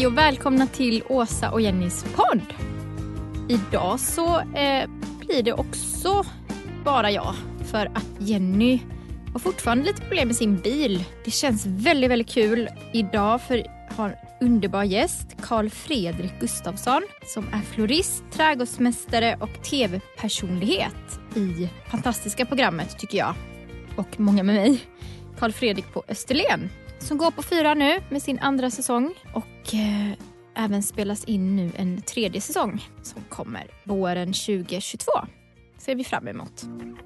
och välkomna till Åsa och Jennys podd. Idag så blir det också bara jag, för att Jenny har fortfarande lite problem med sin bil. Det känns väldigt, väldigt kul idag för jag har en underbar gäst, Carl Fredrik Gustafsson, som är florist, trädgårdsmästare och tv-personlighet i fantastiska programmet tycker jag. Och många med mig. Carl Fredrik på Österlen, som går på 4 nu med sin andra säsong och även spelas in nu en 3:e säsong som kommer våren 2022. Ser vi fram emot.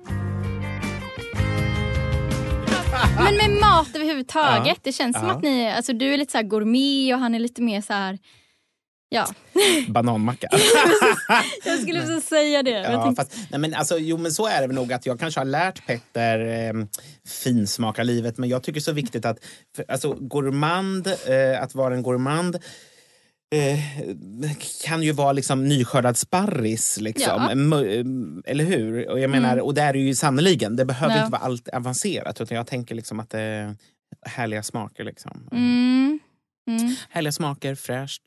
Men med mat överhuvudtaget, det känns som att ni, alltså du är lite så här gourmet och han är lite mer så här, ja. Bananmacka. Jag skulle så säga det. Ja, men så är det väl nog att jag kanske har lärt Petter finsmaka livet, men jag tycker det är så viktigt att gourmand, att vara en gourmand kan ju vara liksom nyskördad sparris liksom. Eller hur? Och jag menar, och det är ju sannoliken, det behöver inte vara allt avancerat, utan jag tänker liksom att det är härliga smaker liksom. Härliga smaker, fräscht,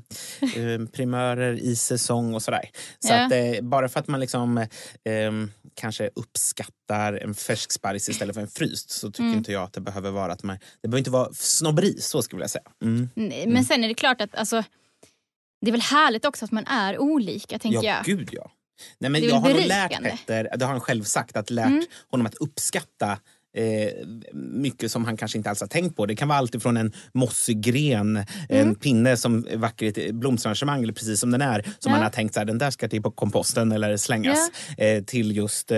primörer i säsong och sådär. Så att bara för att man liksom kanske uppskattar en färsk sparris istället för en fryst, så tycker inte jag att det behöver vara att det behöver inte vara snobberi, så skulle jag säga. Nej, men sen är det klart att alltså, det är väl härligt också att man är olika, tänker jag. Gud ja. Nej, men jag har nog lärt Petter, det har han själv sagt, att lärt honom att uppskatta mycket som han kanske inte alls har tänkt på. Det kan vara allt ifrån en mossig gren, en pinne som är vacker i ett blomsterarrangemang, eller precis som den är, som man har tänkt så här, den där ska till på komposten eller slängas, till just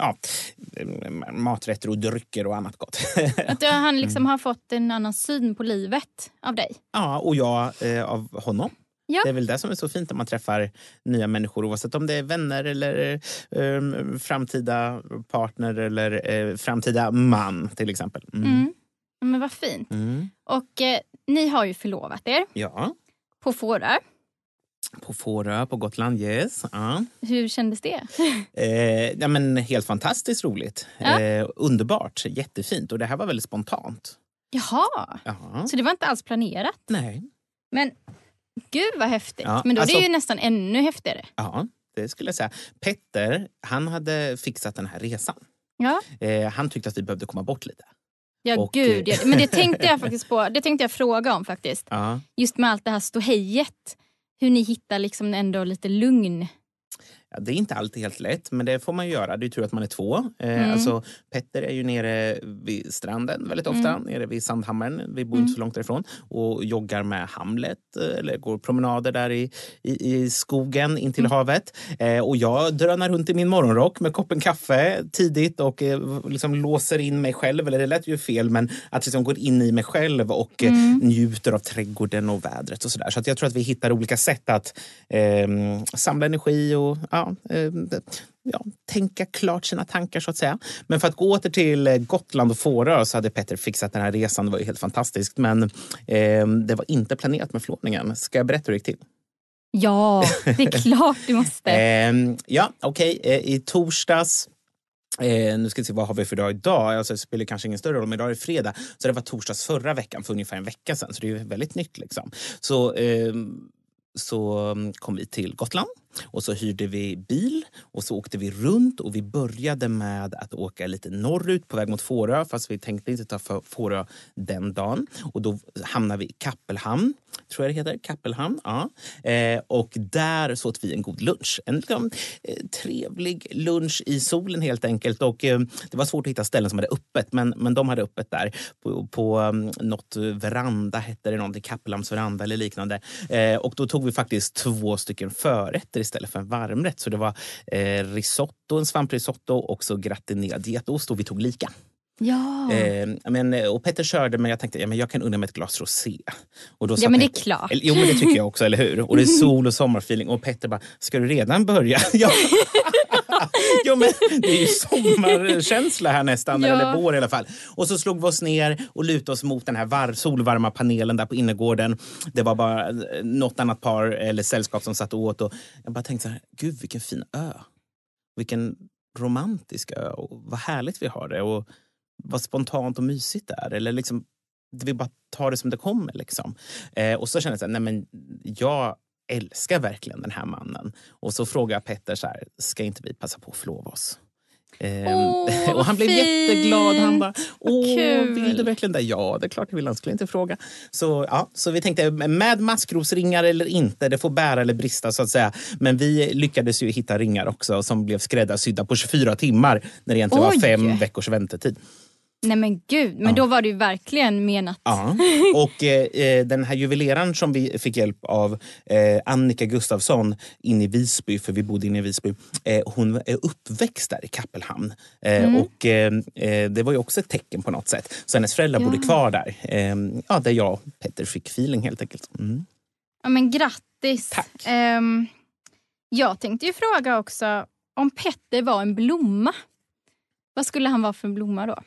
maträtter och drycker och annat gott. Att han liksom har fått en annan syn på livet av dig. Ja, och jag av honom. Ja. Det är väl det som är så fint när man träffar nya människor, oavsett om det är vänner eller framtida partner eller framtida man till exempel. Men vad fint. Och ni har ju förlovat er. Ja. På Fårö. På Fårö, på Gotland, yes. Hur kändes det? Ja, men helt fantastiskt roligt. Underbart, jättefint. Och det här var väldigt spontant. Jaha, så det var inte alls planerat? Nej. Men gud vad häftigt. Ja, men då är det ju nästan ännu häftigare. Ja, det skulle jag säga. Petter, han hade fixat den här resan. Ja. Han tyckte att vi behövde komma bort lite. Ja, gud. Men det tänkte jag faktiskt på. Det tänkte jag fråga om faktiskt. Ja. Just med allt det här ståhejet. Hur ni hittar liksom ändå lite lugn. Ja, det är inte alltid helt lätt, men det får man ju göra. Det är tur att man är 2. Alltså, Petter är ju nere vid stranden väldigt ofta, nere vid Sandhammaren. Vi bor inte så långt därifrån. Och joggar med Hamlet, eller går promenader där i skogen in till havet. Och jag drönar runt i min morgonrock med koppen kaffe tidigt och liksom låser in mig själv. Eller det lät ju fel, men att liksom går in i mig själv och njuter av trädgården och vädret och sådär. Så att jag tror att vi hittar olika sätt att samla energi och tänka klart sina tankar så att säga. Men för att gå åter till Gotland och Fårö, så hade Petter fixat den här resan. Det var ju helt fantastiskt. Men det var inte planerat med förlovningen. Ska jag berätta hur det gick till? Ja, det är klart du måste. I torsdags, nu ska vi se, vad har vi för dag idag? Alltså, det spelar kanske ingen större roll, men idag är det fredag. Så det var torsdags förra veckan, för ungefär en vecka sedan. Så det är ju väldigt nytt liksom. Så kom vi till Gotland och så hyrde vi bil och så åkte vi runt, och vi började med att åka lite norrut på väg mot Fårö, fast vi tänkte inte ta för Fårö den dagen. Och då hamnade vi i Kappelhamn, tror jag det heter, Kappelhamn. Ja. Och där så åt vi en god lunch. En trevlig lunch i solen helt enkelt. Och det var svårt att hitta ställen som hade öppet, men de hade öppet där på något veranda, hette det, någonting, Kappelhamns veranda eller liknande. Och då tog vi faktiskt 2 stycken förrätter istället för en varmrätt. Så det var risotto, en svamprisotto och så gratinerad getost, och vi tog lika. Ja. Och Petter körde, men jag tänkte jag kan unna med ett glas rosé. Och då men Petter, det är klart. Jo, men det tycker jag också, eller hur? Och det är sol- och sommarfeeling. Och Petter bara, ska du redan börja? Jo, men det är ju sommarkänsla här nästan, eller vår i alla fall. Och så slog vi oss ner och lutade oss mot den här solvarma panelen där på innergården. Det var bara något annat par eller sällskap som satt åt, och jag bara tänkte så här, gud vilken fin ö. Vilken romantisk ö, och vad härligt vi har det, och vad spontant och mysigt det är. Eller liksom, vi bara tar det som det kommer liksom. Och så kände jag så här, nej men jag älskar verkligen den här mannen. Och så frågar jag Petter så här, ska inte vi passa på att förlova oss? Och han blev jätteglad. Han bara, vill du verkligen det? Ja, det är klart jag vill. Han skulle inte fråga. Så vi tänkte, med maskrosringar eller inte, det får bära eller brista så att säga. Men vi lyckades ju hitta ringar också som blev skräddarsydda på 24 timmar när det egentligen var 5 veckors väntetid. Nej men gud, men då var det ju verkligen menat. Ja, och den här juveleraren som vi fick hjälp av, Annika Gustafsson inne i Visby, för vi bodde inne i Visby, hon är uppväxt där i Kappelhamn. Och det var ju också ett tecken på något sätt. Så hennes föräldrar bodde kvar där. Där jag och Petter fick feeling helt enkelt. Ja men grattis. Tack. Jag tänkte ju fråga också, om Petter var en blomma, vad skulle han vara för en blomma då?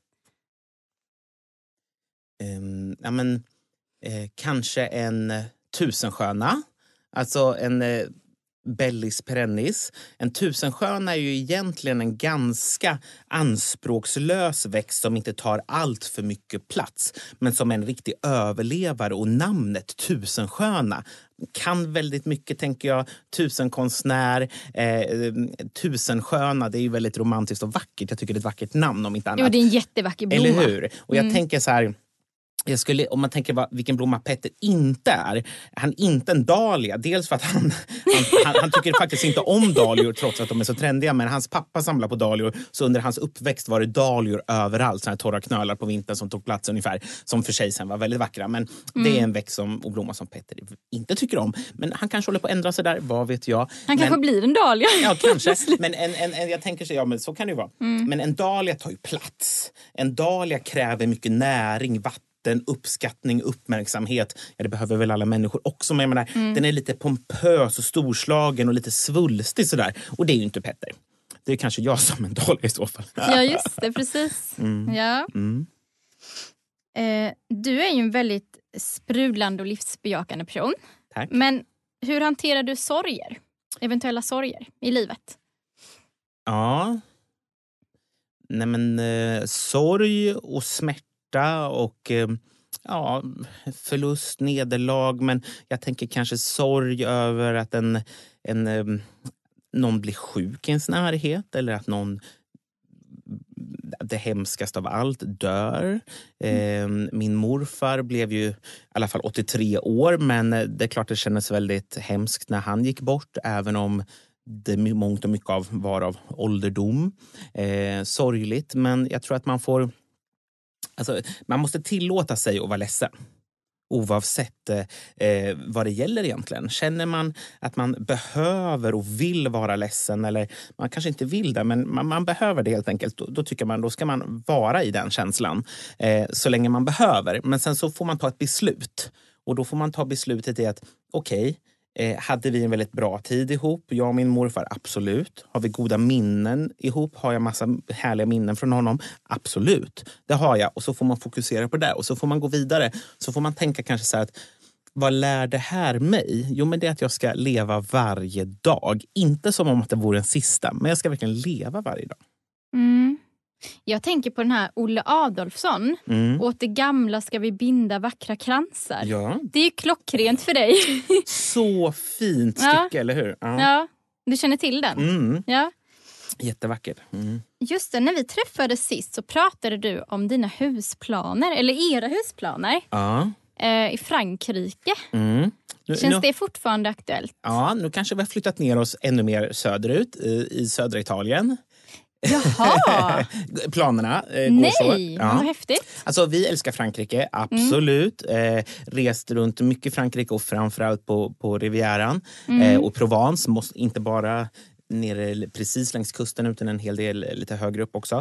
Kanske en tusensköna, alltså en bellis perennis. En tusensköna är ju egentligen en ganska anspråkslös växt som inte tar allt för mycket plats, men som är en riktig överlevare, och namnet tusensköna kan väldigt mycket, tänker jag. Tusenkonstnär, tusensköna, det är ju väldigt romantiskt och vackert. Jag tycker det är ett vackert namn om inte annat. Jo, det är en jättevacker blomma. Eller hur? Och jag tänker så här, om man tänker vilken blomma Petter inte är. Han är inte en dahlia. Dels för att han tycker faktiskt inte om dahlior trots att de är så trendiga. Men hans pappa samlar på dahlior. Så under hans uppväxt var det dahlior överallt. Såna här torra knölar på vintern som tog plats ungefär. Som för sig sen var väldigt vackra. Men det är en växt och blomma som Petter inte tycker om. Men han kanske håller på att ändra sig där. Vad vet jag. Kanske blir en dahlia. Ja, kanske. Men jag tänker så, men så kan det ju vara. Men en dahlia tar ju plats. En dahlia kräver mycket näring, vatten, uppskattning, uppmärksamhet. Ja, det behöver väl alla människor också. Men jag menar, den är lite pompös och storslagen och lite svulstig sådär. Och det är ju inte Petter. Det är kanske jag som en dahlia i så fall. Ja, just det, precis. Ja. Du är ju en väldigt sprudlande och livsbejakande person. Tack. Men hur hanterar du sorger? Eventuella sorger i livet? Ja. Nej men sorg och smärta och förlust, nederlag, men jag tänker kanske sorg över att någon blir sjuk i ens närhet, eller att någon, det hemskaste av allt, dör. Min morfar blev ju i alla fall 83 år, men det är klart det kändes väldigt hemskt när han gick bort, även om det mångt och mycket var av ålderdom. Sorgligt, men jag tror att man måste tillåta sig att vara ledsen. Oavsett vad det gäller egentligen. Känner man att man behöver och vill vara ledsen, eller man kanske inte vill det, men man behöver det helt enkelt, då tycker man, då ska man vara i den känslan så länge man behöver. Men sen så får man ta ett beslut. Och då får man ta beslutet i att okej, hade vi en väldigt bra tid ihop, jag och min morfar, absolut. Har vi goda minnen ihop? Har jag massa härliga minnen från honom? Absolut, det har jag. Och så får man fokusera på det. Och så får man gå vidare. Så får man tänka kanske så här att, vad lär det här mig? Jo, men det är att jag ska leva varje dag. Inte som om att det vore en sista, men jag ska verkligen leva varje dag. Jag tänker på den här Olle Adolfsson. Åt det gamla ska vi binda vackra kransar. Ja. Det är ju klockrent för dig. Så fint stycke, eller hur? Ja, du känner till den. Ja. Jättevackert. Just det, när vi träffades sist så pratade du om dina husplaner, eller era husplaner. Ja. I Frankrike. Känns det fortfarande aktuellt? Ja, nu kanske vi har flyttat ner oss ännu mer söderut, i södra Italien. Jaha! Planerna går så. Nej, vad häftigt. Alltså, vi älskar Frankrike, absolut. Rest runt mycket Frankrike och framförallt på Rivieran. Och Provence, inte bara nere precis längs kusten utan en hel del lite högre upp också.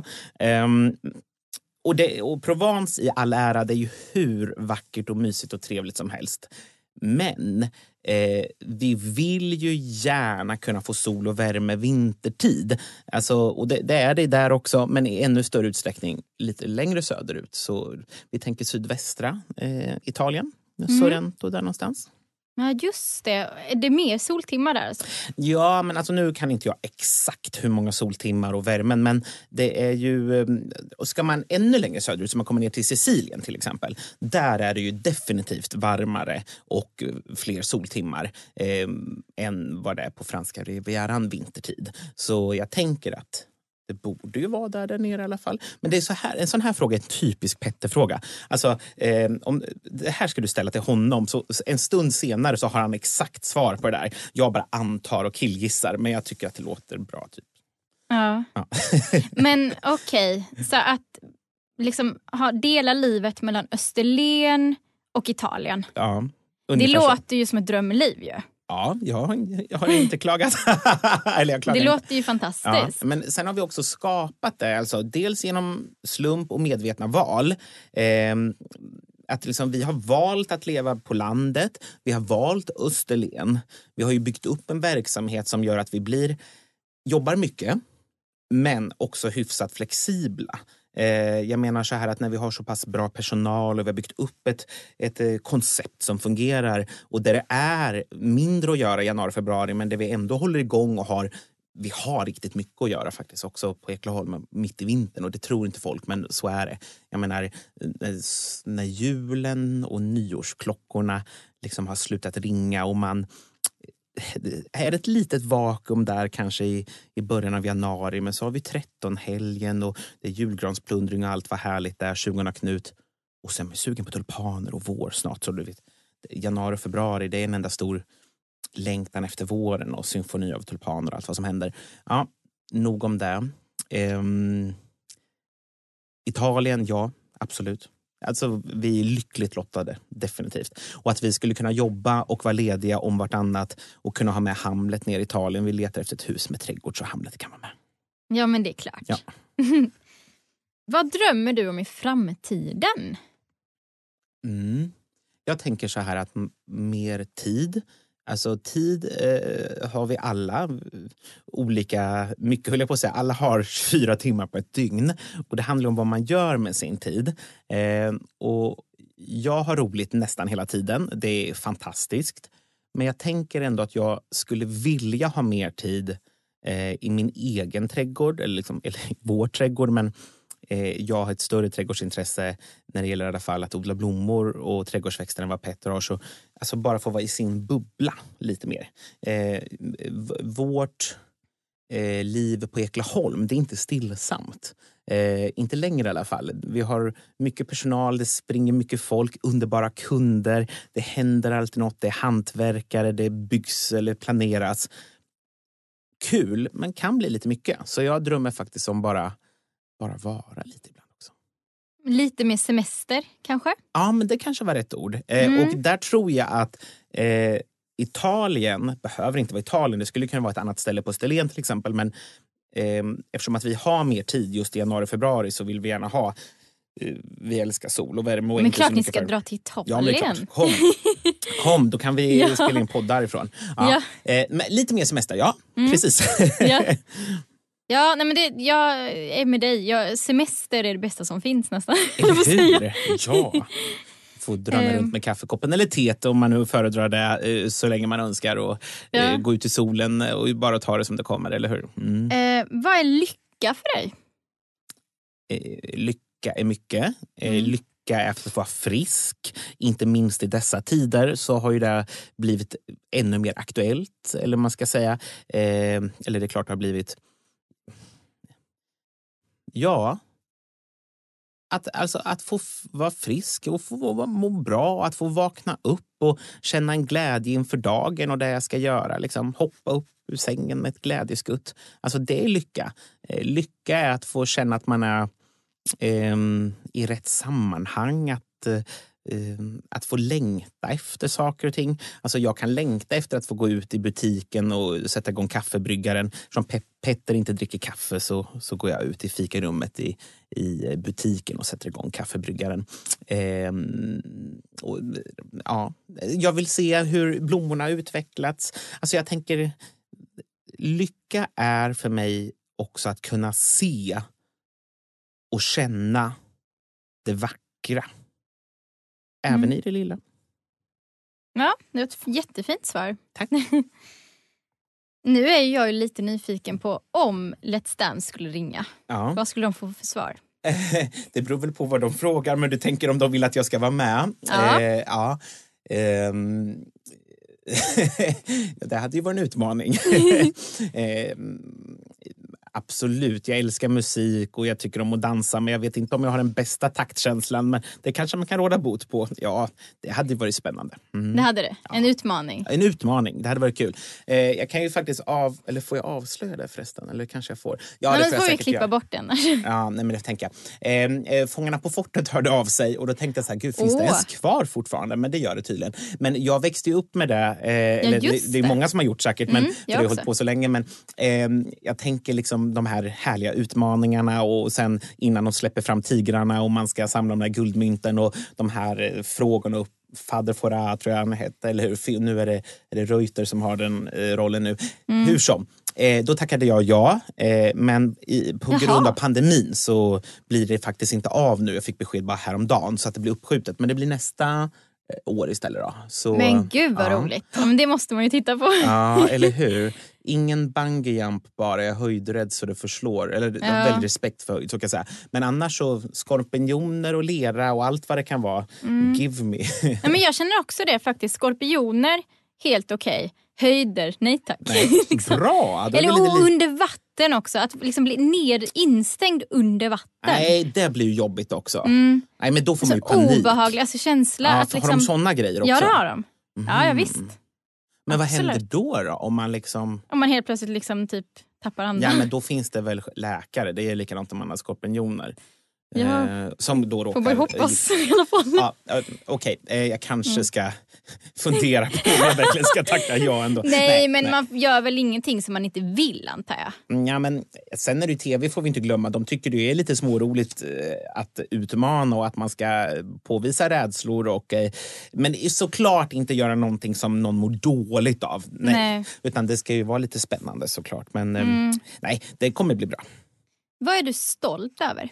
Och Provence i all ära, det är ju hur vackert och mysigt och trevligt som helst. Men vi vill ju gärna kunna få sol och värme vintertid. Alltså, och det är det där också, men i ännu större utsträckning lite längre söderut. Så vi tänker sydvästra Italien, Sorrento där någonstans. Ja, just det. Är det mer soltimmar där? Alltså? Ja, men alltså nu kan inte jag exakt hur många soltimmar och värmen, men det är ju... Ska man ännu längre söderut, så man kommer ner till Sicilien till exempel, där är det ju definitivt varmare och fler soltimmar än vad det är på franska rivieran vintertid. Så jag tänker att det borde ju vara där nere i alla fall. Men det är så här, en sån här fråga är en typisk Petter-fråga. Alltså, om det här ska du ställa till honom, så en stund senare så har han exakt svar på det där. Jag bara antar och killgissar, men jag tycker att det låter bra. Typ. Ja. Men okej, så att liksom dela livet mellan Österlen och Italien. Ja, det låter ju som ett drömliv ju. Ja, jag har inte klagat. Eller jag klagar det inte. Låter ju fantastiskt. Ja, men sen har vi också skapat det, alltså dels genom slump och medvetna val. Att liksom, vi har valt att leva på landet, vi har valt Österlen. Vi har ju byggt upp en verksamhet som gör att vi jobbar mycket, men också hyfsat flexibla. Jag menar så här att när vi har så pass bra personal och vi har byggt upp ett koncept som fungerar och där det är mindre att göra i januari, februari, men där vi ändå håller igång och vi har riktigt mycket att göra faktiskt också på Eklaholm mitt i vintern, och det tror inte folk, men så är det. Jag menar, när julen och nyårsklockorna liksom har slutat ringa och man är ett litet vakuum där kanske i början av januari, men så har vi 13-helgen och det är julgransplundring och allt vad härligt där, 20 Knut. Och sen är vi sugen på tulpaner och vår snart, så du vet. Januari och februari, det är en enda stor längtan efter våren och symfoni av tulpaner och allt vad som händer. Ja, nog om det. Italien, ja, absolut. Alltså, vi är lyckligt lottade, definitivt. Och att vi skulle kunna jobba och vara lediga om vartannat och kunna ha med Hamlet ner i Italien. Vi letar efter ett hus med trädgård, så Hamlet kan vara med. Ja, men det är klart. Ja. Vad drömmer du om i framtiden? Jag tänker så här att mer tid. Alltså tid har vi alla. Olika mycket, höll jag på att säga. Alla har 24 timmar på ett dygn. Och det handlar om vad man gör med sin tid. Och jag har roligt nästan hela tiden. Det är fantastiskt. Men jag tänker ändå att jag skulle vilja ha mer tid i min egen trädgård. Eller vår trädgård, men jag har ett större trädgårdsintresse när det gäller i alla fall att odla blommor och trädgårdsväxter än vad Petter har. Så alltså bara få vara i sin bubbla lite mer. Vårt liv på Eklaholm, det är inte stillsamt. Inte längre i alla fall. Vi har mycket personal, det springer mycket folk, underbara kunder. Det händer alltid något, det är hantverkare, det byggs eller planeras. Kul, men kan bli lite mycket. Så jag drömmer faktiskt om bara vara lite ibland också. Lite mer semester, kanske? Ja, men det kanske var rätt ord. Och där tror jag att Italien behöver inte vara Italien. Det skulle kunna vara ett annat ställe på Österlen till exempel. Men eftersom att vi har mer tid just i januari, februari, så vill vi gärna ha... vi älskar sol och värme. Och men klart ni ska dra till Italien. Ja, men det är klart. Kom, då kan vi spela in podd därifrån. Ja. Men lite mer semester, ja. Precis. Ja, nej, men jag är med dig. Semester är det bästa som finns nästan. Eller hur? Ja. Få drömma runt med kaffekoppen eller teet om man nu föredrar det så länge man önskar. Och gå ut i solen och bara ta det som det kommer, eller hur? Vad är lycka för dig? Lycka är mycket. Lycka är att vara frisk. Inte minst i dessa tider så har ju det blivit ännu mer aktuellt. Eller man ska säga. Eller det är klart det har blivit... Ja, att få vara frisk och få må bra, att få vakna upp och känna en glädje inför dagen och det jag ska göra. Liksom, hoppa upp ur sängen med ett glädjeskutt. Alltså det är lycka. Lycka är att få känna att man är i rätt sammanhang, att få längta efter saker och ting. Alltså jag kan längta efter att få gå ut i butiken och sätta igång kaffebryggaren. Som Petter inte dricker kaffe så går jag ut i fikarummet i butiken och sätter igång kaffebryggaren. Jag vill se hur blommorna har utvecklats. Alltså jag tänker, lycka är för mig också att kunna se och känna det vackra. Även i det lilla. Ja, det är ett jättefint svar. Tack. Nu är jag ju lite nyfiken på om Let's Dance skulle ringa. Ja. Vad skulle de få för svar? Det beror väl på vad de frågar, men du tänker om de vill att jag ska vara med. Ja. Ja. Det hade ju varit en utmaning. Absolut, jag älskar musik och jag tycker om att dansa, men jag vet inte om jag har den bästa taktkänslan, men det kanske man kan råda bot på. Ja, det hade ju varit spännande. Det hade det. En utmaning. En utmaning, det hade varit kul. Jag kan ju faktiskt eller får jag avslöja det förresten? Eller kanske jag får. Ja, men det då får får jag vi säkert klippa göra. bort den. Ja, nej, men det tänker jag. Fångarna på fortet hörde av sig och då tänkte jag så här, gud, finns det ens kvar fortfarande? Men det gör det tydligen. Men jag växte ju upp med det. Eller, det är många som har gjort säkert, men för det har hållit på så länge. Men jag tänker liksom de här härliga utmaningarna och sen innan de släpper fram tigrarna och man ska samla de här guldmynten och de här frågorna upp. Fader Fora tror jag han hette, eller hur? Nu är det Reuter som har den rollen nu. Hur som. Då tackade jag ja, men på grund av pandemin så blir det faktiskt inte av nu. Jag fick besked bara häromdagen så att det blir uppskjutet. Men det blir nästa år istället då. Så, men gud vad roligt. Ja, men det måste man ju titta på. Ja, eller hur? Ingen bungee jump bara. Jag är höjdrädd så det förslår. Eller jag har väldigt respekt för, så kan jag säga. Men annars så skorpioner och lera och allt vad det kan vara. Give me. Ja, men jag känner också det faktiskt. Skorpioner, helt okej. Höjder, nej tack. Nej, liksom. Bra. Eller under vatten också. Att liksom bli instängd under vatten. Nej, det blir ju jobbigt också. Nej, men då får man ju alltså, panik. Obehaglig alltså, känsla. Ja, att liksom... Har de såna grejer också? Ja, det har de. Ja, visst. Men vad Absolut. händer då om man liksom... Om man helt plötsligt liksom typ tappar andan. Ja, men då finns det väl läkare. Det är likadant om man har skorpioner. Ja. Som då råkar... Får bara hoppas i alla fall. Ja, okej. Jag kanske ska fundera på om jag verkligen ska tacka ja ändå. Nej, men man gör väl ingenting som man inte vill, antar jag. Ja, men sen är det ju tv, får vi inte glömma. De tycker det är lite småroligt att utmana och att man ska påvisa rädslor. Men såklart inte göra någonting som någon mår dåligt av. Nej. Utan det ska ju vara lite spännande såklart. Men nej, det kommer bli bra. Vad är du stolt över?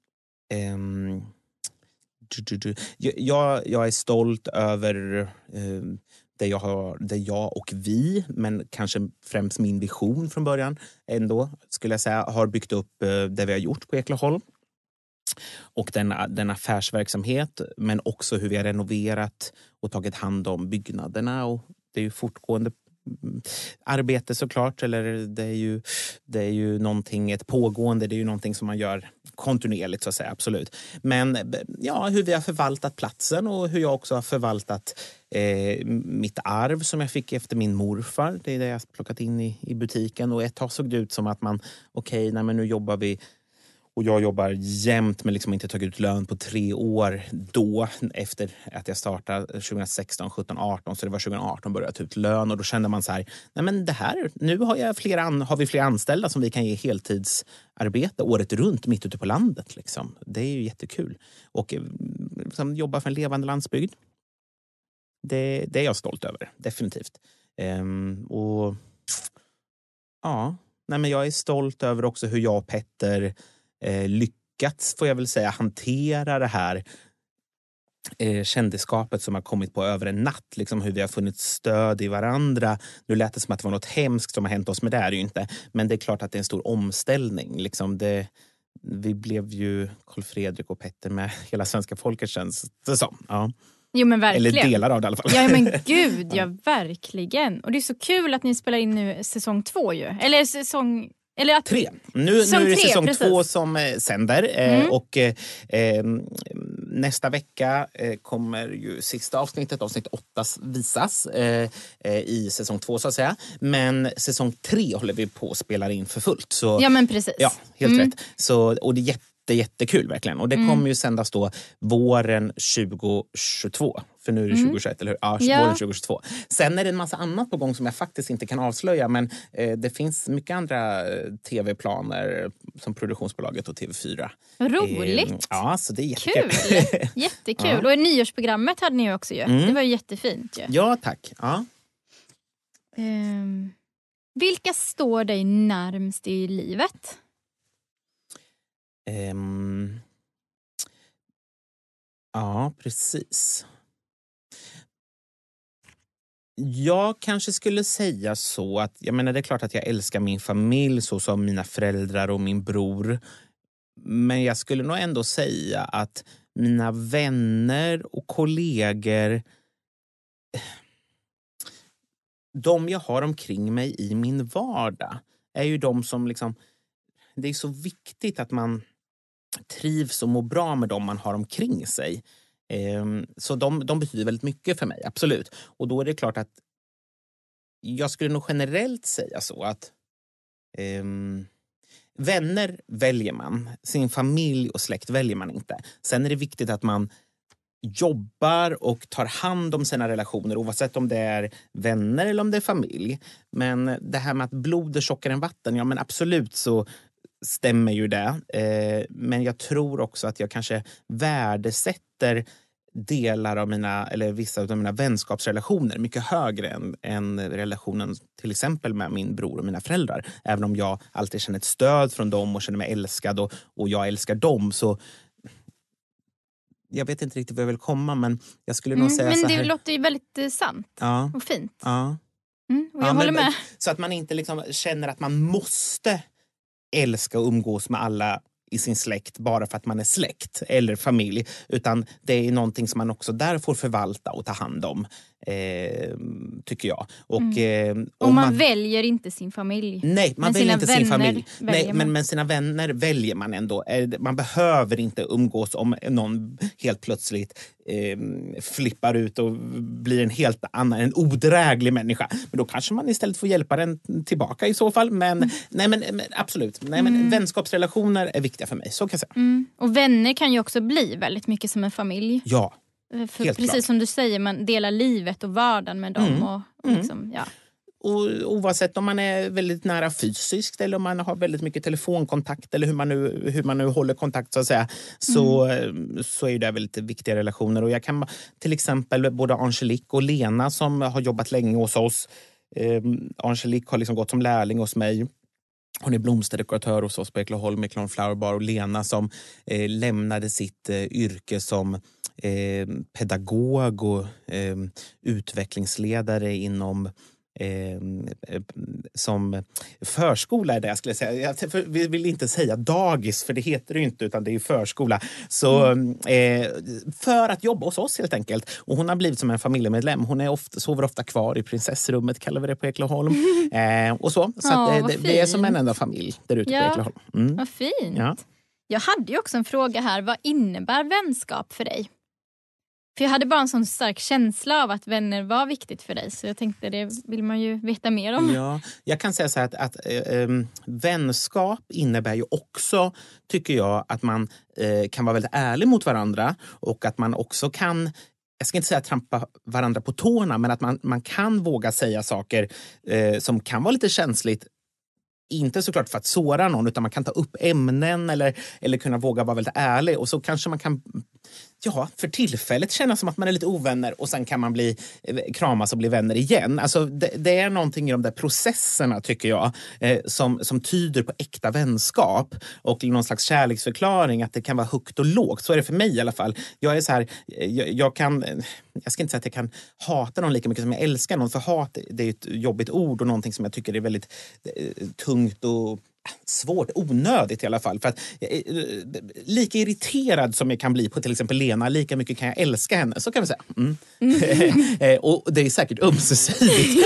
Jag är stolt över det jag och vi, men kanske främst min vision från början ändå, skulle jag säga, har byggt upp det vi har gjort på Eklaholm. Och den affärsverksamhet, men också hur vi har renoverat och tagit hand om byggnaderna. Och det är ju fortgående arbete såklart, eller det är ju någonting, ett pågående, det är ju någonting som man gör kontinuerligt så att säga, absolut. Men ja, hur vi har förvaltat platsen och hur jag också har förvaltat mitt arv som jag fick efter min morfar. Det är det jag har plockat in i butiken, och ett tag såg det ut som att man, men nu jobbar vi. Och jag jobbar jämt men liksom inte tagit ut lön på 3 år då, efter att jag startade 2016, 17, 18. Så det var 2018 började jag ta ut lön, och då kände man så här, nej men det här, nu har vi fler anställda som vi kan ge heltidsarbete året runt mitt ute på landet. Liksom. Det är ju jättekul. Och liksom, jobba för en levande landsbygd. Det är jag stolt över, definitivt. Och ja, nej men jag är stolt över också hur jag och Petter lyckats, får jag väl säga, hantera det här kändisskapet som har kommit på över en natt. Liksom hur vi har funnit stöd i varandra. Nu lät det som att det var något hemskt som har hänt oss, men det är det ju inte. Men det är klart att det är en stor omställning. Liksom vi blev ju Carl Fredrik och Petter med hela svenska folket, känns det som. Ja. Jo, men verkligen. Eller delar av det i alla fall. Ja, men gud, ja verkligen. Och det är så kul att ni spelar in nu säsong 2 ju. Eller säsong... Eller att... 3. Nu är det säsong 2 som sänder. Och nästa vecka kommer ju sista avsnittet, avsnitt 8, visas i säsong 2 så att säga. Men säsong 3 håller vi på att spela in för fullt. Så, ja, men precis. Ja, helt rätt. Så, och det är jättekul verkligen. Och det kommer ju sändas då våren 2022. För nu är det 2021, eller hur? Ja, våren 2022. Sen är det en massa annat på gång som jag faktiskt inte kan avslöja. Men det finns mycket andra tv-planer som produktionsbolaget och TV4. Roligt! Ja, så det är jättekul. Kul! Jättekul. Och nyårsprogrammet hade ni ju också ju. Det var ju jättefint ju. Ja, tack. Ja. Vilka står dig närmst i livet? Ja, precis. Jag kanske skulle säga så att, jag menar det är klart att jag älskar min familj så som mina föräldrar och min bror. Men jag skulle nog ändå säga att mina vänner och kollegor, de jag har omkring mig i min vardag, är ju de som liksom, det är så viktigt att man trivs och mår bra med dem man har omkring sig. Så de betyder väldigt mycket för mig, absolut. Och då är det klart att jag skulle nog generellt säga så att vänner väljer man, sin familj och släkt väljer man inte. Sen är det viktigt att man jobbar och tar hand om sina relationer oavsett om det är vänner eller om det är familj. Men det här med att blod är tjockare än vatten, ja men absolut så stämmer ju det. Men jag tror också att jag kanske värdesätter delar av mina, eller vissa av mina vänskapsrelationer mycket högre än relationen till exempel med min bror och mina föräldrar. Även om jag alltid känner ett stöd från dem och känner mig älskad och jag älskar dem, så jag vet inte riktigt vad jag vill komma, men jag skulle nog säga men så här. Men det låter ju väldigt sant och fint. Ja. Och jag håller med. Så att man inte liksom känner att man måste älska och umgås med alla i sin släkt bara för att man är släkt eller familj, utan det är någonting som man också där får förvalta och ta hand om, tycker jag. Och man väljer inte sin familj. Nej, man väljer inte sin familj. Nej, man. Men sina vänner väljer man ändå. Man behöver inte umgås om någon helt plötsligt flippar ut och blir en helt annan, en odräglig människa. Men då kanske man istället får hjälpa den tillbaka i så fall. Men, men absolut. Men vänskapsrelationer är viktiga för mig, så kan jag säga. Och vänner kan ju också bli väldigt mycket som en familj. Ja, för precis klart. Som du säger, man delar livet och vardagen med dem. Och liksom, ja. Och oavsett om man är väldigt nära fysiskt eller om man har väldigt mycket telefonkontakt eller hur man nu håller kontakt så att säga, så är det väldigt viktiga relationer. Och jag kan till exempel både Angelique och Lena som har jobbat länge hos oss. Angelique har liksom gått som lärling hos mig. Hon är blomsterdekoratör hos oss på Eklaholm med Clone Flower Bar, och Lena som lämnade sitt yrke som pedagog och utvecklingsledare inom som förskola är det jag skulle säga. Vi vill inte säga dagis, för det heter det ju inte, utan det är förskola. Så för att jobba hos oss helt enkelt. Och hon har blivit som en familjemedlem. Hon sover ofta kvar i prinsessrummet, kallar vi det på Eklaholm. Och så att det är som en enda familj där ute på Eklaholm. Vad fint. Ja. Jag hade ju också en fråga här. Vad innebär vänskap för dig? För jag hade bara en sån stark känsla av att vänner var viktigt för dig. Så jag tänkte, det vill man ju veta mer om. Ja, jag kan säga så här att vänskap innebär ju också, tycker jag, att man kan vara väldigt ärlig mot varandra. Och att man också kan, jag ska inte säga trampa varandra på tårna, men att man kan våga säga saker som kan vara lite känsligt. Inte såklart för att såra någon, utan man kan ta upp ämnen eller kunna våga vara väldigt ärlig. Och så kanske man kan, för tillfället känna som att man är lite ovänner och sen kan man kramas och bli vänner igen. Alltså det är någonting i de där processerna, tycker jag, som tyder på äkta vänskap och någon slags kärleksförklaring, att det kan vara högt och lågt. Så är det för mig i alla fall. Jag är så här, jag ska inte säga att jag kan hata någon lika mycket som jag älskar någon, för hat, det är ett jobbigt ord och någonting som jag tycker är väldigt tungt och svårt, onödigt i alla fall. För att lika irriterad som jag kan bli på till exempel Lena, lika mycket kan jag älska henne, så kan vi säga. Och det är säkert ömsesidigt.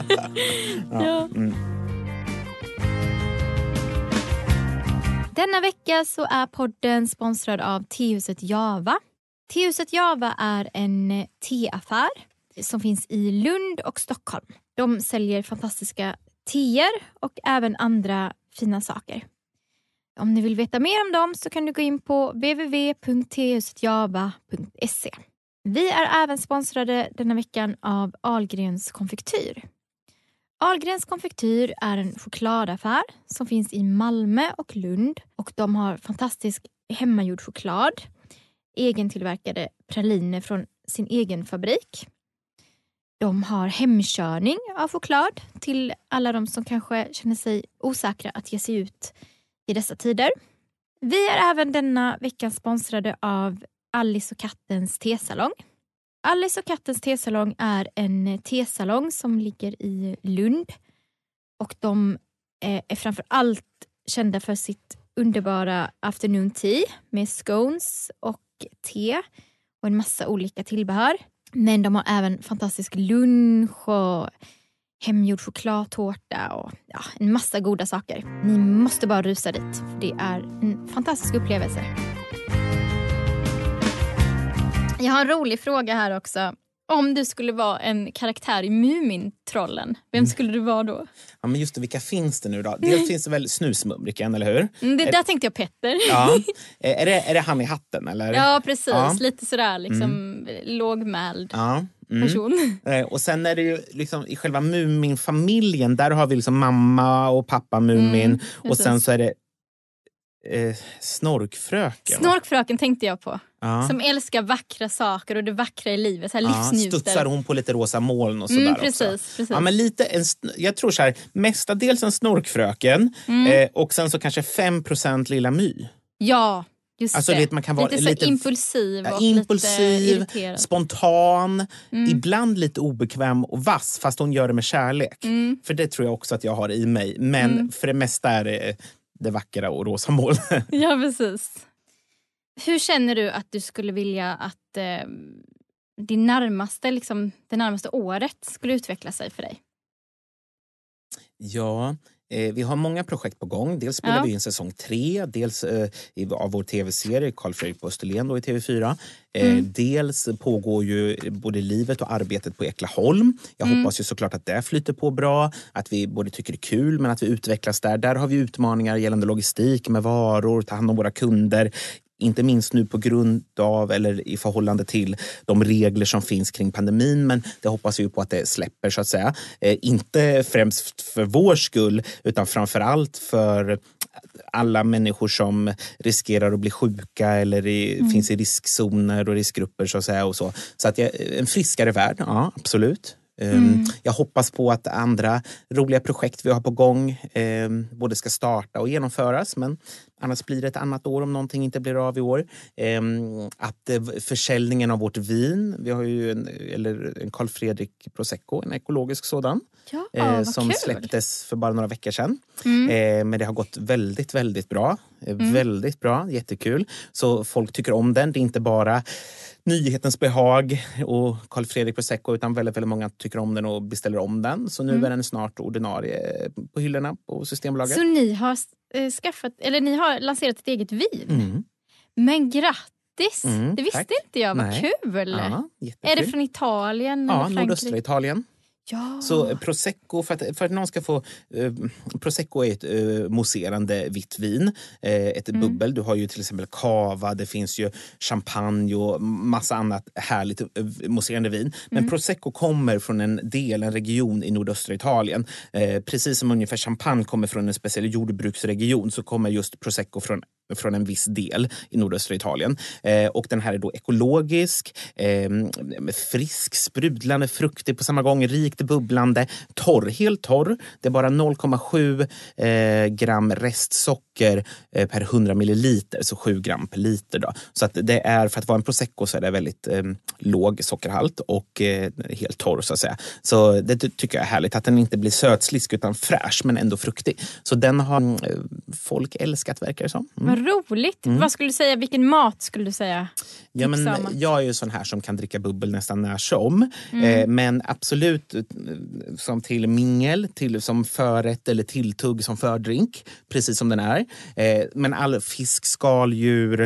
Denna vecka så är podden sponsrad av Tehuset Java. Tehuset Java är en teaffär som finns i Lund och Stockholm. De säljer fantastiska teer och även andra fina saker. Om ni vill veta mer om dem så kan du gå in på www.tehusetjava.se. Vi är även sponsrade denna veckan av Ahlgrens konfektyr. Ahlgrens konfektyr är en chokladaffär som finns i Malmö och Lund. Och de har fantastisk hemmagjord choklad. Egentillverkade praliner från sin egen fabrik. De har hemkörning av choklad till alla de som kanske känner sig osäkra att ge sig ut i dessa tider. Vi är även denna vecka sponsrade av Alice och kattens tesalong. Alice och kattens tesalong är en tesalong som ligger i Lund. Och de är framför allt kända för sitt underbara afternoon tea med scones och te och en massa olika tillbehör. Men de har även fantastisk lunch och hemgjord chokladtårta och en massa goda saker. Ni måste bara rusa dit, för det är en fantastisk upplevelse. Jag har en rolig fråga här också. Om du skulle vara en karaktär i Mumintrollen, vem skulle du vara då? Ja, men just det, vilka finns det nu då? Dels finns det väl Snusmumriken, eller hur? Där tänkte jag Petter. Ja. Är det han i hatten, eller? Ja, precis. Ja. Lite sådär, liksom lågmäld person. Och sen är det ju liksom i själva Muminfamiljen, där har vi liksom mamma och pappa Mumin. Och sen så är det Snorkfröken. Snorkfröken tänkte jag på. Ja. Som älskar vackra saker och det vackra i livet. Så här livsnjuter. Studsar hon på lite rosa moln och sådär precis. Ja, men lite jag tror så här, mestadels en Snorkfröken och sen så kanske 5% Lilla My. Ja, just alltså, det. Man kan vara lite impulsiv och lite irriterad. Spontan, ibland lite obekväm och vass, fast hon gör det med kärlek. För det tror jag också att jag har i mig. Men för det mesta är det vackra och rosa moln. Ja, precis. Hur känner du att du skulle vilja att det närmaste året skulle utveckla sig för dig? Ja, vi har många projekt på gång. Dels spelar vi in säsong 3, dels av vår tv-serie Carl Fredrik på Österlen då i TV4. Dels pågår ju både livet och arbetet på Eklaholm. Jag hoppas ju såklart att det flyter på bra, att vi både tycker det är kul men att vi utvecklas där. Där har vi utmaningar gällande logistik med varor, ta hand om våra kunder. Inte minst nu på grund av eller i förhållande till de regler som finns kring pandemin, men det hoppas vi på att det släpper så att säga. Inte främst för vår skull utan framförallt för alla människor som riskerar att bli sjuka eller finns i riskzoner och riskgrupper så att säga. Och så att en friskare värld, ja absolut. Jag hoppas på att andra roliga projekt vi har på gång både ska starta och genomföras, men annars blir det ett annat år om någonting inte blir av i år. Att försäljningen av vårt vin, vi har ju en Carl Fredrik Prosecco, en ekologisk sådan, som kul. Släpptes för bara några veckor sedan. Men det har gått väldigt, väldigt bra. Väldigt bra, jättekul. Så folk tycker om den, det är inte bara nyhetens behag och Carl Fredrik Prosecco, utan väldigt, väldigt många tycker om den och beställer om den. Så nu är den snart ordinarie på hyllorna på Systembolaget. Så ni har ni har lanserat ett eget vin? Men grattis! Det visste inte jag, vad kul! Ja, är det från Italien? Ja, eller Frankrike? nordöstra Italien. Ja. Så Prosecco, för att någon ska få Prosecco är ett mousserande vitt vin, ett bubbel. Du har ju till exempel cava, det finns ju champagne och massa annat härligt mousserande vin. Men Prosecco kommer från en region i nordöstra Italien. Precis som ungefär champagne kommer från en speciell jordbruksregion, så kommer just Prosecco från en viss del i nordöstra Italien. Och den här är då ekologisk, frisk, sprudlande, fruktig på samma gång, rikt bubblande, torr, helt torr. Det är bara 0,7 gram restsocker per 100 milliliter, så 7 gram per liter då. Så att det är, för att vara en prosecco så är det väldigt låg sockerhalt och helt torr så att säga. Så det tycker jag är härligt, att den inte blir sötslisk utan fräsch men ändå fruktig. Så den har folk älskat, verkar det som. Vad roligt. Vad skulle du säga, vilken mat skulle du säga? Ja, men jag är ju sån här som kan dricka bubbel nästan när som. Men absolut som till mingel, som förrätt eller tilltugg som fördrink, precis som den är. Men all fisk, skaldjur,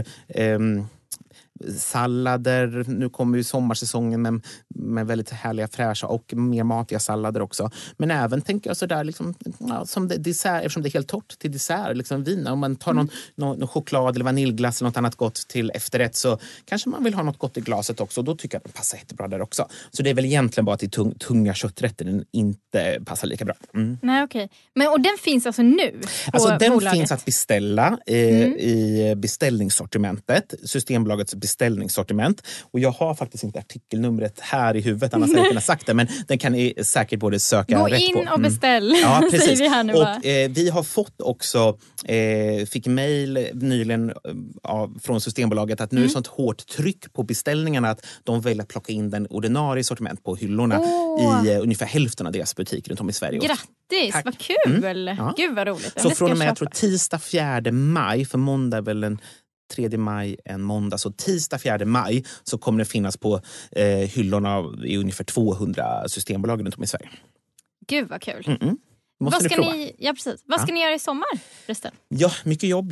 sallader, nu kommer ju sommarsäsongen med väldigt härliga, fräscha och mer matiga sallader också. Men även tänker jag sådär liksom, som dessert, eftersom det är helt torrt till dessert, liksom vin. Om man tar någon choklad eller vaniljglass eller något annat gott till efterrätt, så kanske man vill ha något gott i glaset också. Då tycker jag att den passar jättebra där också. Så det är väl egentligen bara till tunga kötträtter den inte passar lika bra. Nej, okej. Men och den finns alltså nu på den bolaget? Finns att beställa i beställningssortimentet. Systembolagets beställningssortiment. Och jag har faktiskt inte artikelnumret här i huvudet, annars hade jag kunnat sagt det. Men den kan ni säkert både söka Gå rätt på. Gå in och beställ, ja, precis. säger vi här nu. Och vi har fått också, fick mejl nyligen från Systembolaget att nu är det sånt hårt tryck på beställningarna att de väljer att plocka in den ordinarie sortiment på hyllorna i ungefär hälften av deras butiker runt om i Sverige. Grattis, tack. Vad kul! Ja. Gud vad roligt. Så från och med, jag tror tisdag 4 maj, för måndag är väl den 3 maj en måndag, så tisdag 4 maj så kommer det finnas på hyllorna i ungefär 200 systembolag runt om i Sverige. Gud vad kul. Måste vad ska ni prova. Vad ska ni göra i sommar förresten? Ja, mycket jobb.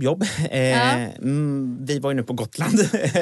Vi var ju nu på Gotland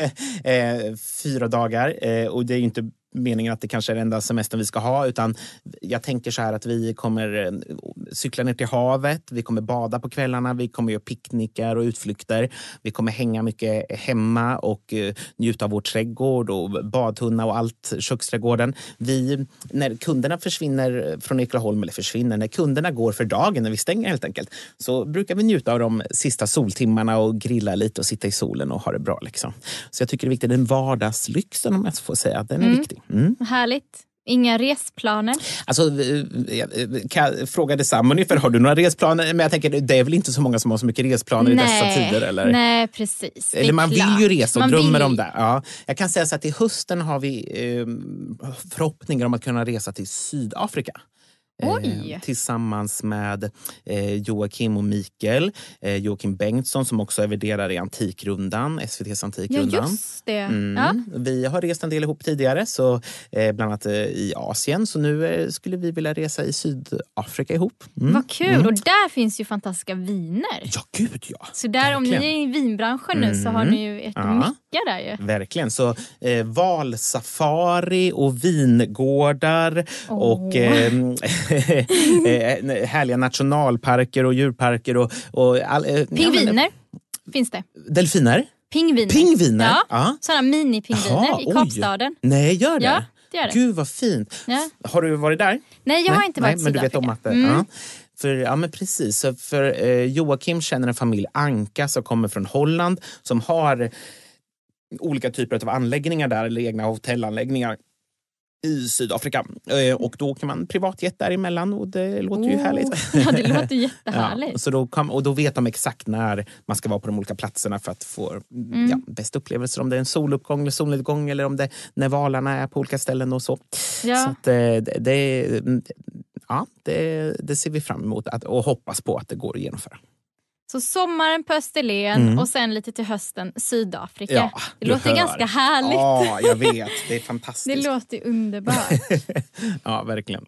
4 dagar och det är ju inte meningen att det kanske är den enda semestern vi ska ha, utan jag tänker så här att vi kommer cykla ner till havet, vi kommer bada på kvällarna, vi kommer göra picknickar och utflykter, vi kommer hänga mycket hemma och njuta av vår trädgård och badtunna och allt, köksträdgården. När kunderna försvinner från Ekerholm, när kunderna går för dagen, när vi stänger helt enkelt, så brukar vi njuta av de sista soltimmarna och grilla lite och sitta i solen och ha det bra liksom. Så jag tycker det är viktigt, den vardagslyxen, om jag får säga, den är viktig. Härligt. Inga resplaner? Alltså, jag frågade Sam ungefär, har du några resplaner? Men jag tänker, det är väl inte så många som har så mycket resplaner i dessa tider? Eller? Nej, precis. Eller man vill ju resa och drömmer om det. Ja. Jag kan säga så att i hösten har vi förhoppningar om att kunna resa till Sydafrika. Tillsammans med Joakim och Mikael. Joakim Bengtsson som också är värderare i Antikrundan, SVT:s Antikrundan. Ja, just det. Vi har rest en del ihop tidigare, så bland annat i Asien. Så nu skulle vi vilja resa i Sydafrika ihop. Vad kul, och där finns ju fantastiska viner. Ja, gud ja. Så där, om ni är i vinbranschen nu, så har ni ju ett mycket där ju. Verkligen, så valsafari och vingårdar och härliga nationalparker och djurparker och pingviner finns det. Delfiner? Pingviner. Ja. Sådana mini-pingviner i Kapstaden. Nej, gör det? Ja, det gör det. Gud vad fint. Ja. Har du varit där? Nej, jag har inte varit i men du vet Sydafrika. om att ja, men precis. Så för Joakim känner en familj Anka som kommer från Holland, som har olika typer av anläggningar där, eller egna hotellanläggningar i Sydafrika. Och då kan man privatjet däremellan, och det låter ju härligt. Ja, det låter jättehärligt. Ja, så då vet de exakt när man ska vara på de olika platserna för att få bästa upplevelser, om det är en soluppgång eller solnedgång, eller om det när valarna är på olika ställen och så. Ja. Så att det ser vi fram emot och hoppas på att det går att genomföra. Så sommaren på Österlen och sen lite till hösten Sydafrika. Ja, det låter ganska härligt. Ja, jag vet. Det är fantastiskt. Det låter underbart. Ja, verkligen.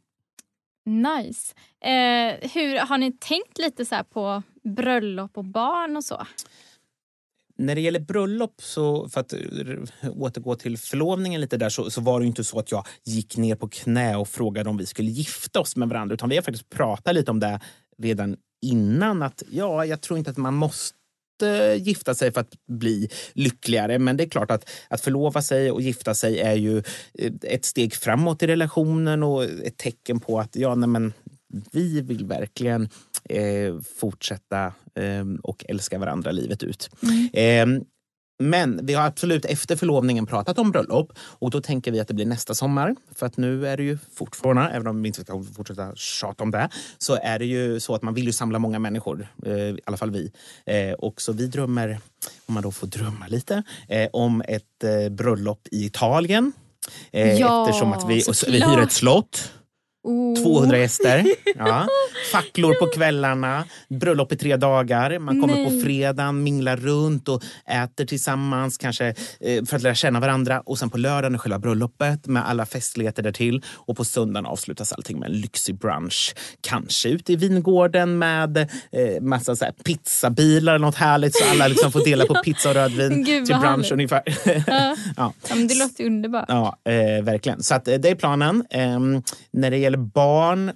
Nice. Hur har ni tänkt lite så här på bröllop och barn och så? När det gäller bröllop, så för att återgå till förlovningen lite där, så var det ju inte så att jag gick ner på knä och frågade om vi skulle gifta oss med varandra, utan vi har faktiskt pratat lite om det redan innan, att jag tror inte att man måste gifta sig för att bli lyckligare, men det är klart att förlova sig och gifta sig är ju ett steg framåt i relationen och ett tecken på att vi vill verkligen fortsätta och älska varandra livet ut. Men vi har absolut efter förlovningen pratat om bröllop, och då tänker vi att det blir nästa sommar, för att nu är det ju fortfarande, även om vi inte ska fortsätta tjata om det, så är det ju så att man vill ju samla många människor, i alla fall vi. Och så vi drömmer, om man då får drömma lite, om ett bröllop i Italien. Eftersom att vi hyr ett slott. 200 gäster, facklor på kvällarna, bröllop i 3 dagar. Man kommer på fredagen, minglar runt och äter tillsammans, kanske för att lära känna varandra. Och sen på lördagen är själva bröllopet med alla festligheter där till. Och på söndagen avslutas allting med en lyxig brunch. Kanske ute i vingården med massa så här pizzabilar eller något härligt, så alla liksom får dela på pizza och rödvin till brunch härligt. Ungefär. Ja, men det låter underbart. Ja, verkligen. Så att det är planen. När det gäller barn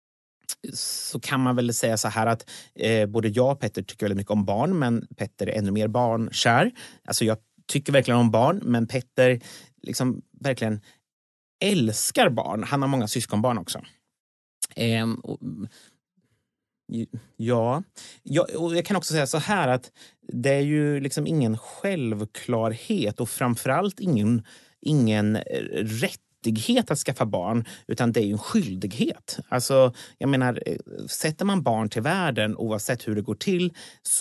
så kan man väl säga så här att både jag och Petter tycker väldigt mycket om barn, men Petter är ännu mer barnkär. Alltså jag tycker verkligen om barn, men Petter liksom verkligen älskar barn. Han har många syskonbarn också. Ja, och jag kan också säga så här att det är ju liksom ingen självklarhet och framförallt ingen rättighet att skaffa barn, utan det är ju en skyldighet. Alltså, jag menar, sätter man barn till världen oavsett hur det går till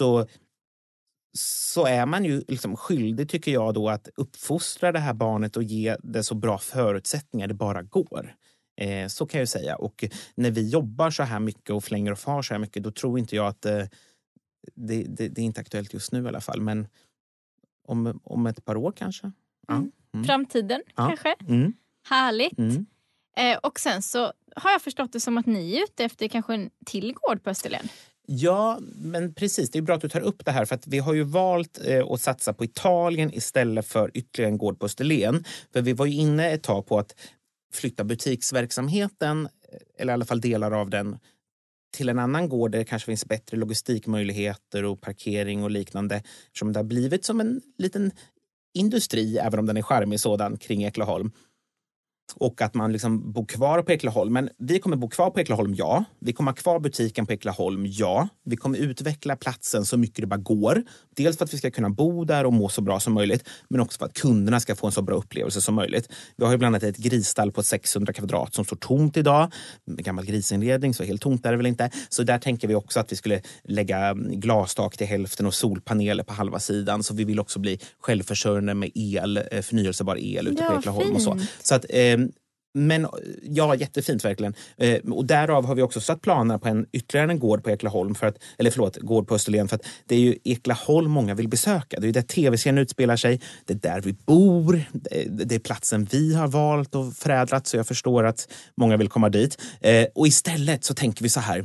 så är man ju liksom skyldig, tycker jag då, att uppfostra det här barnet och ge det så bra förutsättningar det bara går. Så kan jag säga. Och när vi jobbar så här mycket och flänger och far så här mycket, då tror inte jag att det är inte aktuellt just nu i alla fall. Men om ett par år kanske. Framtiden kanske. Härligt. Och sen så har jag förstått det som att ni är ute efter kanske en till gård på Österlen. Ja, men precis. Det är bra att du tar upp det här, för att vi har ju valt att satsa på Italien istället för ytterligare en gård på Österlen. För vi var ju inne ett tag på att flytta butiksverksamheten, eller i alla fall delar av den, till en annan gård där det kanske finns bättre logistikmöjligheter och parkering och liknande. Som det har blivit som en liten industri, även om den är charmig sådan, kring Eklaholm. Och att man liksom bor kvar på Eklaholm. Men vi kommer bo kvar på Eklaholm, ja. Vi kommer ha kvar butiken på Eklaholm, ja. Vi kommer utveckla platsen så mycket det bara går. Dels för att vi ska kunna bo där och må så bra som möjligt. Men också för att kunderna ska få en så bra upplevelse som möjligt. Vi har ju bland annat ett grisstall på 600 kvadrat som står tomt idag. Med gammal grisinredning, så helt tomt är det väl inte. Så där tänker vi också att vi skulle lägga glastak till hälften och solpaneler på halva sidan. Så vi vill också bli självförsörjande med el, förnyelsebar el ute på Eklaholm och så. Så att men ja, jättefint verkligen. Och därav har vi också satt planer på ytterligare en gård på Eklaholm gård på Österlen, för att det är ju Eklaholm många vill besöka. Det är ju där tv-serien utspelar sig. Det är där vi bor. Det är platsen vi har valt och förädlat, så jag förstår att många vill komma dit. Och istället så tänker vi så här.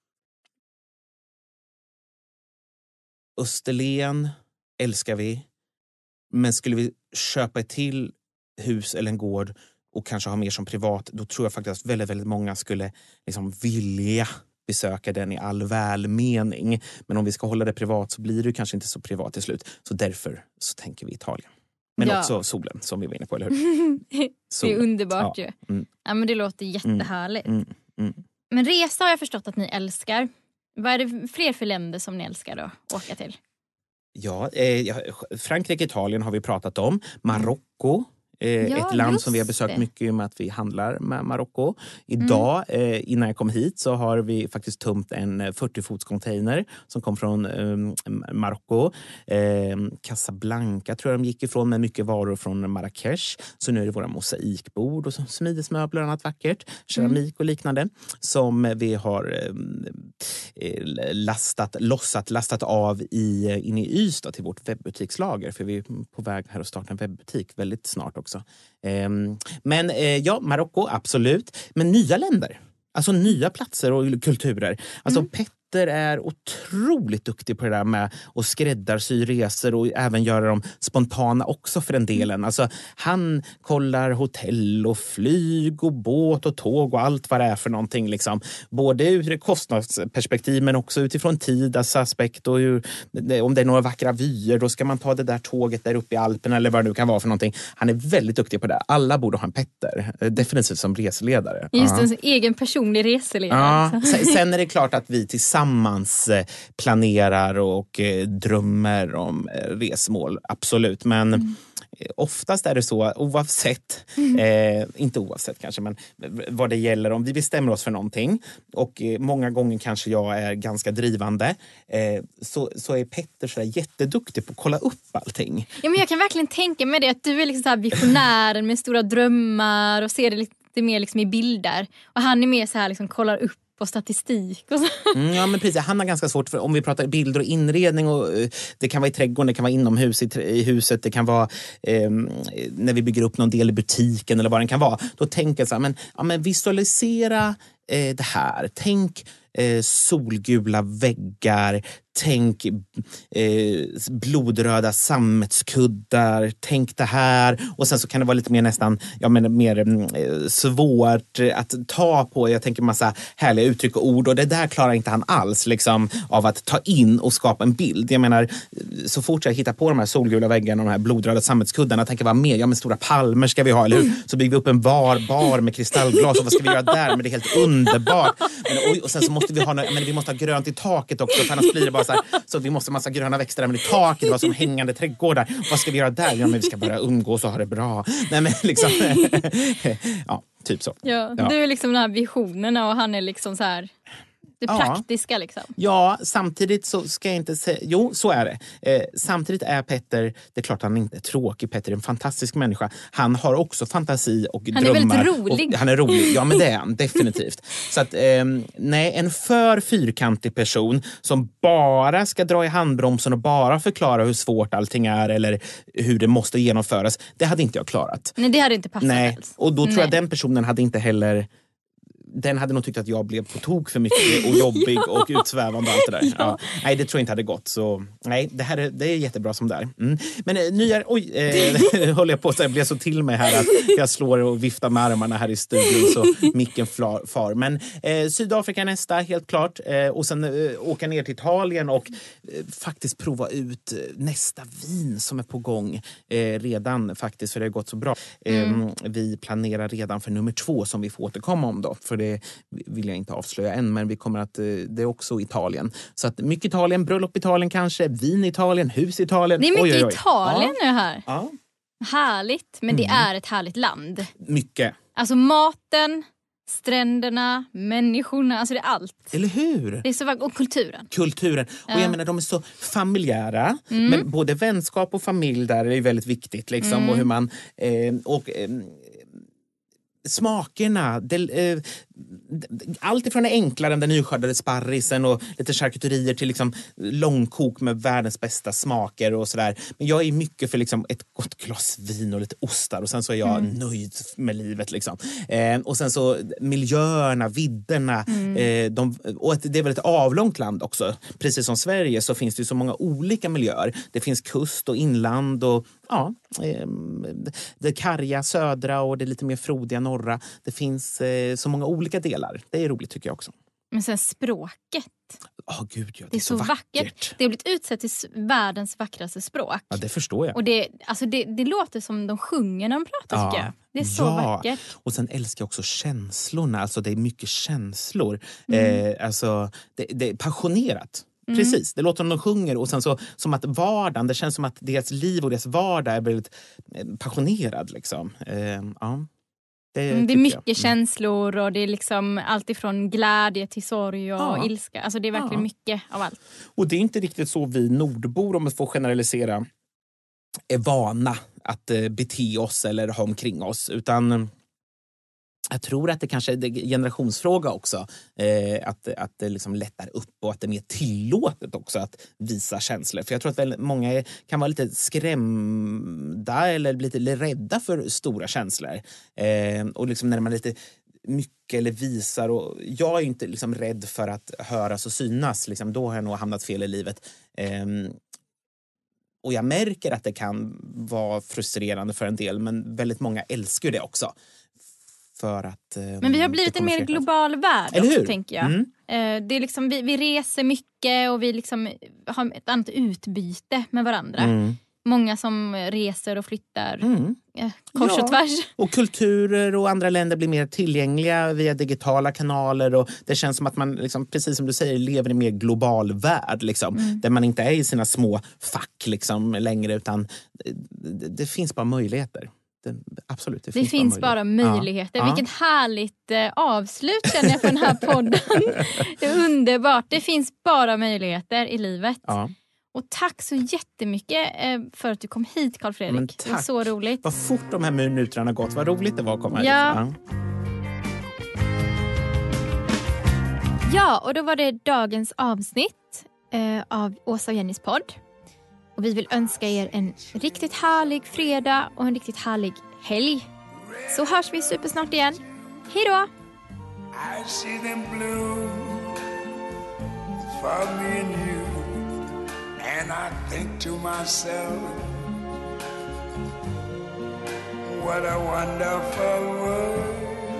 Österlen älskar vi. Men skulle vi köpa ett till hus eller en gård och kanske ha mer som privat, då tror jag faktiskt att väldigt, väldigt många skulle liksom vilja besöka den i all välmening. Men om vi ska hålla det privat så blir det kanske inte så privat till slut. Så därför så tänker vi Italien. Men också solen, som vi var inne på, eller hur? Det är underbart ju. Ja, men det låter jättehärligt. Men resa har jag förstått att ni älskar. Vad är det fler för länder som ni älskar då åka till? Ja, Frankrike, Italien har vi pratat om. Marocko. Ett land som vi har besökt mycket i och med att vi handlar med Marocko. Idag, innan jag kom hit, så har vi faktiskt tömt en 40-fots-container som kom från Marocko. Casablanca tror jag de gick ifrån, med mycket varor från Marrakesh. Så nu är det våra mosaikbord och smidesmöbler och annat vackert. Keramik och liknande som vi har lastat av inne i Ystad till vårt webbutikslager. För vi är på väg här att starta en webbutik väldigt snart också. Men ja, Marocko, absolut. Men nya länder. Alltså nya platser och kulturer. Alltså Petter är otroligt duktig på det där med att skräddarsy resor och även göra dem spontana också för den delen. Alltså han kollar hotell och flyg och båt och tåg och allt vad det är för någonting liksom. Både ur ett kostnadsperspektiv men också utifrån tidsaspekt och om det är några vackra vyer, då ska man ta det där tåget där uppe i Alperna eller vad det nu kan vara för någonting. Han är väldigt duktig på det. Alla borde ha en Petter. Definitivt som reseledare. Just en egen personlig reseledare. Ja. Sen är det klart att vi tillsammans planerar och drömmer om resmål. Absolut. Men oftast är det så, oavsett, inte oavsett kanske, men vad det gäller, om vi bestämmer oss för någonting och många gånger kanske jag är ganska drivande, så är Petter så där jätteduktig på att kolla upp allting. Ja, men jag kan verkligen tänka mig det, att du är liksom så här visionären med stora drömmar och ser det lite mer liksom i bilder, och han är mer så här liksom kollar upp på statistik och så. Ja, men precis. Han har ganska svårt för, om vi pratar bilder och inredning, och det kan vara i trädgården, det kan vara inomhus i huset, det kan vara när vi bygger upp någon del i butiken eller vad det kan vara. Då tänker jag så här, men visualisera det här. Tänk solgula väggar, tänk blodröda sammetskuddar, tänk det här, och sen så kan det vara lite mer nästan mer svårt att ta på. Jag tänker massa härliga uttryck och ord, och det där klarar inte han alls liksom av att ta in och skapa en bild. Jag menar, så fort jag hittar på de här solgula väggarna och de här blodröda sammetsskuddarna, tänker vad mer? Ja, men stora palmer ska vi ha, eller hur? Så bygger vi upp en bar med kristallglas, och vad ska vi göra där? Men det är helt underbart. Och sen så måste vi vi måste ha grönt i taket också, för annars blir det bara så här. Så vi måste ha massa gröna växter där, men i taket var som hängande trädgårdar. Vad ska vi göra där? Ja, men vi ska bara umgås och ha det bra. Nej, men liksom... ja, typ så. Ja, du är liksom den här visionerna och han är liksom så här... Det praktiska liksom. Ja, samtidigt så ska jag inte säga... Jo, så är det. Samtidigt är Petter... Det är klart han inte är tråkig. Petter är en fantastisk människa. Han har också fantasi och drömmar. Han är väldigt rolig. Han är rolig. Ja, men det är han. Definitivt. Så att, nej, en för fyrkantig person som bara ska dra i handbromsen och bara förklara hur svårt allting är eller hur det måste genomföras. Det hade inte jag klarat. Nej, det hade inte passat alls. Och då tror jag den personen hade inte heller... Den hade nog tyckt att jag blev på tok för mycket och jobbig och utsvävande och allt det där. Ja. Nej, det tror jag inte hade gått. Så nej, det är jättebra som där. Men nya... håller jag på att bli så till mig här att jag slår och viftar med armarna här i studion så micken far. Men Sydafrika nästa, helt klart. Och sen åka ner till Italien och faktiskt prova ut nästa vin som är på gång redan faktiskt, för det har gått så bra. Vi planerar redan för nummer 2 som vi får återkomma om då. För det vill jag inte avslöja än, men vi kommer att det är också Italien. Så att mycket Italien, bröllop Italien kanske, vin Italien, hus Italien. Det är mycket Italien nu här. Ja. Härligt, men det är ett härligt land. Mycket. Alltså maten, stränderna, människorna, alltså det är allt. Eller hur? Det är så vackert. Och kulturen. Och jag menar, de är så familjära. Men både vänskap och familj där är väldigt viktigt. Liksom, och hur man... smakerna, allt ifrån det enklare, den nyskördade sparrisen och lite charkuterier till liksom långkok med världens bästa smaker och sådär. Men jag är mycket för liksom ett gott glas vin och lite ostar och sen så är jag nöjd med livet liksom. Och sen så miljöerna, vidderna, och det är väl ett avlångt land också. Precis som Sverige så finns det ju så många olika miljöer. Det finns kust och inland och det karga södra och det lite mer frodiga norra. Det finns så många olika delar. Det är roligt tycker jag också. Men sen språket. Gud, ja, det är så vackert. Det har blivit utsett till världens vackraste språk. Ja, det förstår jag. Och det låter som de sjunger när de pratar tycker jag. Det är så vackert. Och sen älskar jag också känslorna. Alltså det är mycket känslor. Alltså det är passionerat. Precis, det låter som de sjunger och sen så som att vardagen, det känns som att deras liv och deras vardag är väldigt passionerad liksom. Det är mycket känslor och det är liksom allt ifrån glädje till sorg och ilska. Alltså det är verkligen mycket av allt. Och det är inte riktigt så vi nordbor, om vi får generalisera, är vana att bete oss eller ha omkring oss, utan jag tror att det kanske är en generationsfråga också. Att det liksom lättar upp och att det är mer tillåtet också att visa känslor. För jag tror att väldigt många kan vara lite skrämda eller lite rädda för stora känslor. Och liksom när man lite mycket eller visar. Och jag är inte liksom rädd för att höras och synas. Liksom, då har jag nog hamnat fel i livet. Och jag märker att det kan vara frustrerande för en del. Men väldigt många älskar det också. För att, men vi har blivit en mer global värld också, tänker jag. Det är liksom, vi reser mycket och vi liksom har ett annat utbyte med varandra. Många som reser och flyttar kors och tvärs. Och kulturer och andra länder blir mer tillgängliga via digitala kanaler. Och det känns som att man, liksom, precis som du säger, lever i en mer global värld. Liksom, där man inte är i sina små fack liksom, längre, utan det finns bara möjligheter. Absolut, det finns bara möjligheter. Vilket härligt avslut känner jag på den här podden. Det är underbart. Det finns bara möjligheter i livet. Och tack så jättemycket för att du kom hit, Carl Fredrik. Det var så roligt. Vad fort de här minuterna har gått. Vad roligt det var att komma hit. Ja, och då var det dagens avsnitt av Åsa och Jennys podd. Och vi vill önska er en riktigt härlig fredag och en riktigt härlig helg. Så hörs vi supersnart igen. Hej då! I see them blue for me and you. And I think to myself, what a wonderful world.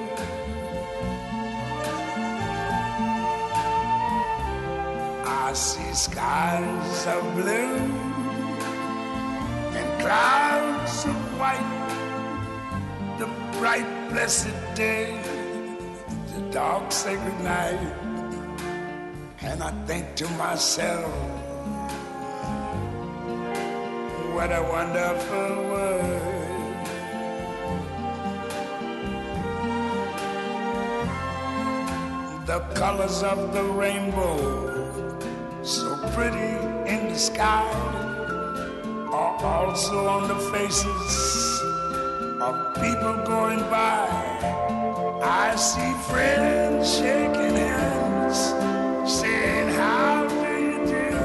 I see skies of blue and clouds of white, the bright blessed day, the dark sacred night, and I think to myself, what a wonderful world. The colors of the rainbow, so pretty in the sky, are also on the faces of people going by. I see friends shaking hands, saying, how do you do?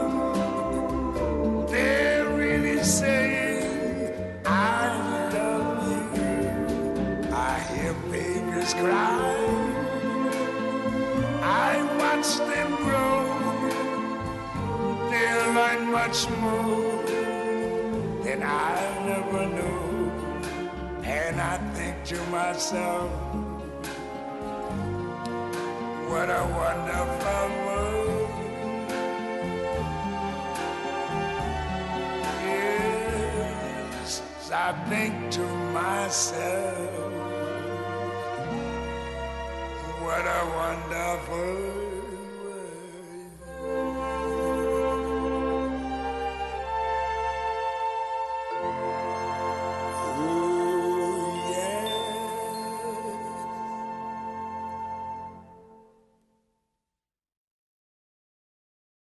They're really saying, I love you. I hear babies cry, I watch them grow. They'll learn much more than I never knew. And I think to myself, what a wonderful world. Yes, I think to myself, what a wonderful